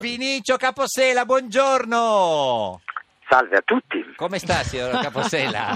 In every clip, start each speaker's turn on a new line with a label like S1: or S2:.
S1: Vinicio Capossela, buongiorno.
S2: Salve a tutti.
S1: Come sta, signor Capossela?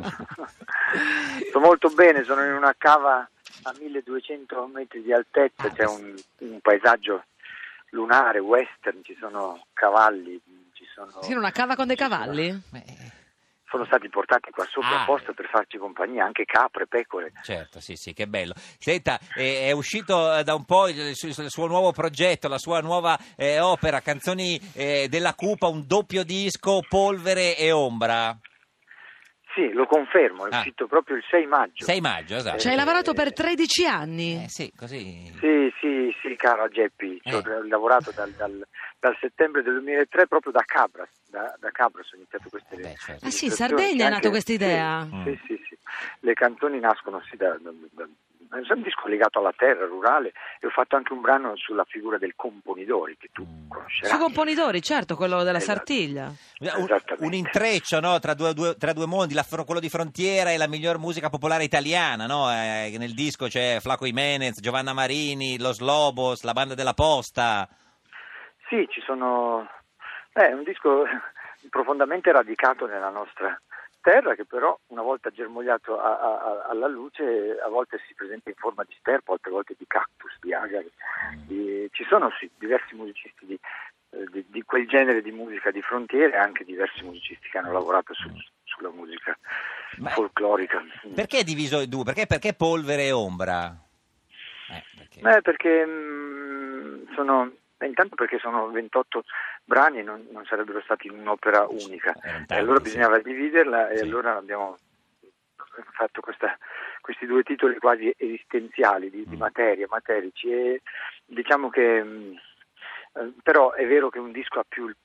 S2: Sto molto bene, sono in una cava a 1200 metri di altezza, c'è un paesaggio lunare, western, ci sono cavalli,
S3: Sì, una cava con dei cavalli?
S2: Sono stati portati qua sopra apposta per farci compagnia, anche capre, pecore.
S1: Certo, sì, che bello. Senta, è uscito da un po' il suo nuovo progetto, la sua nuova opera, Canzoni della Cupa, un doppio disco, Polvere e Ombra.
S2: Sì, lo confermo, è uscito proprio il 6 maggio.
S1: 6 maggio, esatto.
S3: Ci hai lavorato per 13 anni?
S1: Sì, così.
S2: Sì, caro Geppi, ho lavorato dal settembre del 2003 proprio da Cabras, da Cabras ho iniziato queste
S1: certo.
S3: Ah sì, Sardegna è nato questa idea?
S2: Sì. Le canzoni nascono è un disco legato alla terra rurale e ho fatto anche un brano sulla figura del componitore che tu conoscerai.
S3: Su Componidori, certo, quello della
S2: Esatto.
S3: Sartiglia.
S1: Un intreccio, no, tra due mondi, quello di Frontiera e la miglior musica popolare italiana, no? Nel disco c'è Flaco Jimenez, Giovanna Marini, Los Lobos, la banda della Posta.
S2: Sì, ci sono. È un disco profondamente radicato nella nostra terra, che però una volta germogliato alla luce a volte si presenta in forma di sterpo, altre volte di cactus, di agari. Ci sono diversi musicisti di quel genere di musica di frontiera e anche diversi musicisti che hanno lavorato sulla musica folclorica.
S1: Perché è diviso in due? Perché Polvere e Ombra?
S2: Perché intanto perché sono 28 brani e non sarebbero stati in un'opera unica, e allora bisognava dividerla e allora abbiamo fatto questi due titoli quasi esistenziali di materie materici, e diciamo che però è vero che un disco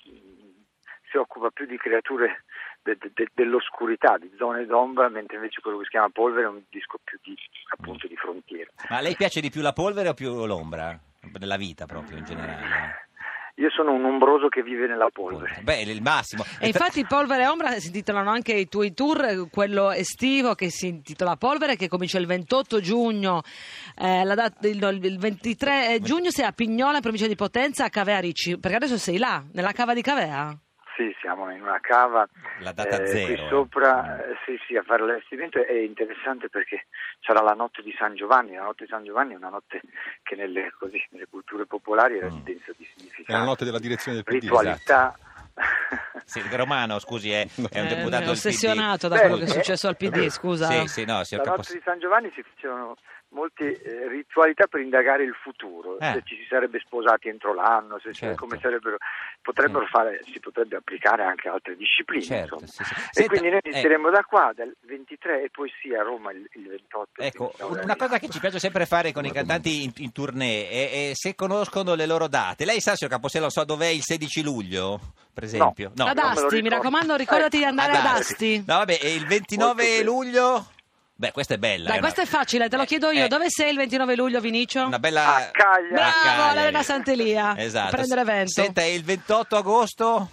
S2: si occupa più di creature dell'oscurità, di zone d'ombra, mentre invece quello che si chiama Polvere è un disco più appunto di frontiera.
S1: Ma a lei piace di più la polvere o più l'ombra? Nella vita proprio in generale?
S2: Io sono un ombroso che vive nella polvere.
S1: È il massimo.
S3: E infatti Polvere e Ombra si intitolano anche i tuoi tour, quello estivo che si intitola Polvere, che comincia il 28 giugno, il 23 giugno sei a Pignola in provincia di Potenza, a Cavea Ricci, perché adesso sei là, nella cava di Cavea?
S2: Sì, siamo in una cava,
S1: la data zero,
S2: qui sopra, sì, a fare l'allestimento. È interessante perché sarà la notte di San Giovanni. La notte di San Giovanni è una notte che nelle culture popolari era densa di significato.
S4: È la notte della direzione del PD.
S2: Ritualità.
S4: Esatto.
S1: Sì, Romano, scusi, è un deputato
S3: è ossessionato da quello che è successo al PD, scusa.
S1: Sì, no,
S2: la notte di San Giovanni si facevano molte ritualità per indagare il futuro, se ci si sarebbe sposati entro l'anno, come potrebbero fare, si potrebbe applicare anche a altre discipline, insomma.
S1: Sì.
S2: E quindi noi inizieremo da qua dal 23 e poi a Roma il 28.
S1: Ecco, una cosa che ci piace sempre fare con i cantanti in tournée è se conoscono le loro date. Lei sa, signor Capossela, dov'è il 16 luglio, per esempio?
S3: No. Ad Asti, mi raccomando, ricordati di andare ad Asti.
S1: No, vabbè, e il 29 luglio? Beh, questa è bella.
S3: Dai, questa è facile, te lo chiedo io. Dove sei il 29 luglio, Vinicio?
S1: Una bella...
S2: A Cagliari.
S3: Bravo, all'Arena Sant'Elia.
S1: Esatto.
S3: A prendere vento.
S1: Senta, e il 28 agosto?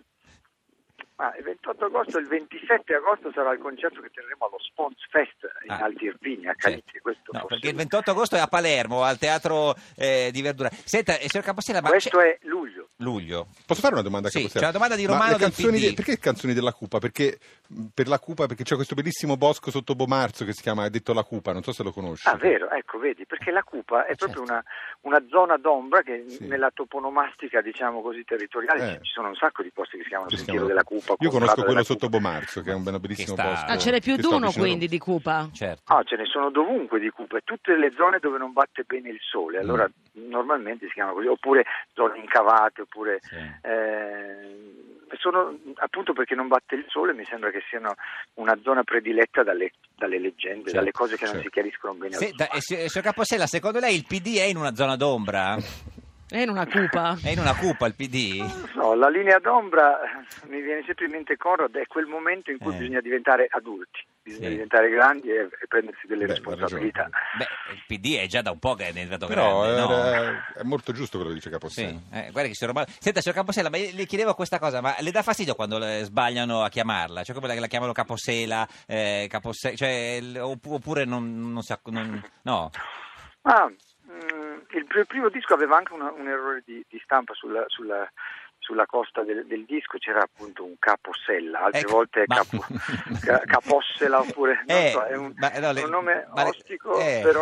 S2: Il 28 agosto e il 27 agosto sarà il concerto che terremo allo Spons Fest in Alti Irpini, a Calizia.
S1: Perché il 28 agosto è a Palermo, al Teatro di Verdura. Senta, signor Capossela,
S2: questo è luglio.
S4: Posso fare una domanda a
S1: Sì,
S4: Capossela?
S1: c'è una domanda di Romano del PD.
S4: Perché Canzoni della Cupa? Perché per la Cupa, perché c'è questo bellissimo bosco sotto Bomarzo che si chiama, detto La Cupa, non so se lo conosci.
S2: Vero, ecco, vedi, perché la Cupa è proprio una zona d'ombra che nella toponomastica, diciamo così, territoriale ci sono un sacco di posti che si chiamano Sentiero della Cupa.
S4: Io conosco quello sotto Bomarzo, che è un bellissimo bosco.
S3: Ce n'è più di uno quindi di Cupa?
S1: Certo.
S2: Ce ne sono dovunque di Cupa, tutte le zone dove non batte bene il sole, allora normalmente si chiama così, oppure zone incavate, oppure sono appunto perché non batte il sole, mi sembra che siano una zona prediletta dalle leggende, dalle cose che non si chiariscono bene.
S1: Signor Capossela, secondo lei il PD è in una zona d'ombra?
S3: È in una cupa?
S1: È in una cupa il PD?
S2: No, la linea d'ombra mi viene sempre in mente, Conrad, è quel momento in cui bisogna diventare adulti, bisogna diventare grandi e prendersi delle responsabilità.
S1: Il PD è già da un po' che è diventato
S4: però
S1: grande,
S4: è molto giusto quello che dice Capossela.
S1: Guarda che signor Romano... Senta, signor Capossela, ma le chiedevo questa cosa, ma le dà fastidio quando sbagliano a chiamarla? Cioè come la chiamano Capossela, oppure non si... no?
S2: il primo disco aveva anche un errore di stampa sulla costa del disco, c'era appunto un capossella, altre volte è capossela, oppure non so, è un nome ostico,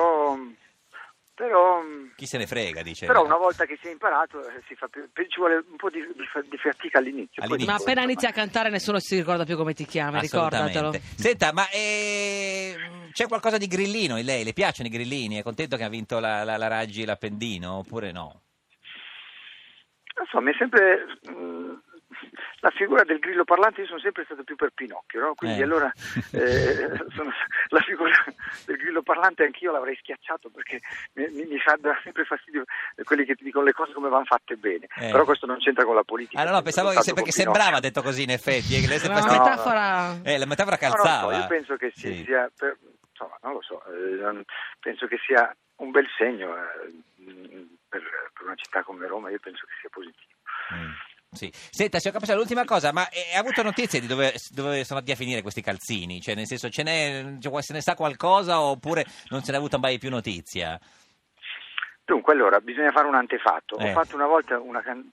S2: però
S1: chi se ne frega, dice.
S2: Però una volta che si è imparato ci vuole un po' di fatica all'inizio.
S3: Ma appena inizi a cantare nessuno si ricorda più come ti chiami, ricordatelo.
S1: Senta, ma c'è qualcosa di grillino in lei? Le piacciono i grillini? È contento che ha vinto la Raggi e l'Appendino oppure no?
S2: Non so, mi è sempre la figura del grillo parlante, io sono sempre stato più per Pinocchio, no? Quindi allora la figura del grillo parlante anch'io l'avrei schiacciato, perché mi fa sempre fastidio quelli che ti dicono le cose come vanno fatte bene, però questo non c'entra con la politica.
S1: No, pensavo perché sembrava detto così in effetti, lei la metafora calzava.
S2: No, io penso che sia insomma, non lo so, penso che sia un bel segno per una città come Roma, io penso che sia positivo.
S1: Sì. Senta, signor Capossela, l'ultima cosa, ma ha avuto notizie di dove sono andati a finire questi calzini? Cioè, nel senso, se ne sa qualcosa oppure non se ne è avuta mai più notizia?
S2: Dunque, allora, bisogna fare un antefatto. Ho fatto una volta una canzone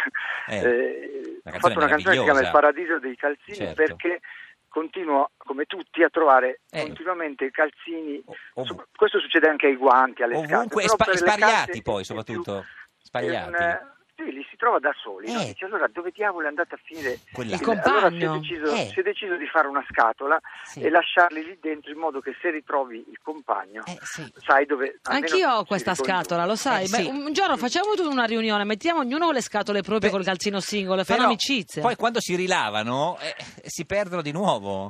S2: che si chiama Il Paradiso dei Calzini, certo. Perché continuo, come tutti, a trovare continuamente calzini. Questo succede anche ai guanti, alle
S1: ovunque,
S2: scarpe.
S1: spariati poi, soprattutto. Spariati.
S2: Sì, li si trova da soli, no? Dice, allora dove diavolo è andata a finire
S3: il compagno?
S2: Allora si è deciso di fare una scatola e lasciarli lì dentro, in modo che se ritrovi il compagno sai dove.
S3: Anch'io ho questa scatola, lo sai. Un giorno facciamo tutta una riunione, mettiamo ognuno le scatole proprie col calzino singolo e fanno amicizia.
S1: Poi quando si rilavano si perdono di nuovo.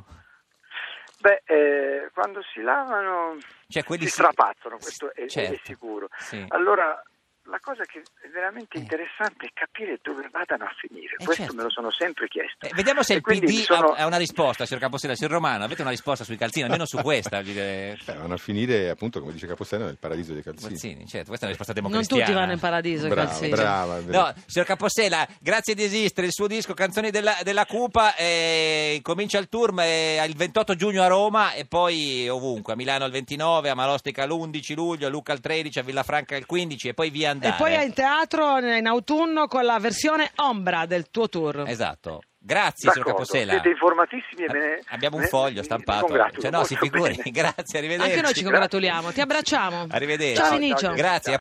S2: Quando si lavano
S1: si
S2: strapazzano, questo è sicuro.
S1: Sì.
S2: Allora, la cosa che è veramente interessante è capire dove vadano a finire. Questo me lo sono sempre chiesto.
S1: Vediamo se il PD ha una risposta, signor Capossela. Signor Romano, avete una risposta sui calzini, almeno su questa?
S4: Vanno a finire, appunto, come dice Capossela, nel paradiso dei calzini.
S1: Certo, questa è una risposta democristiana.
S3: Non tutti vanno in paradiso, i calzini.
S4: Brava.
S1: No, signor Capossela, grazie di esistere. Il suo disco Canzoni della Cupa comincia il tour il 28 giugno a Roma e poi ovunque, a Milano il 29, a Malostica l'11 luglio, a Lucca il 13, a Villafranca il 15 e poi via andare.
S3: E poi è in teatro in autunno con la versione Ombra del tuo tour.
S1: Esatto. Grazie, signor Capossela.
S2: Siete informatissimi e
S1: abbiamo un foglio stampato. Si figuri. Grazie, arrivederci.
S3: Anche noi ci congratuliamo. Ti abbracciamo.
S1: Arrivederci.
S3: Ciao Vinicio.
S1: Grazie.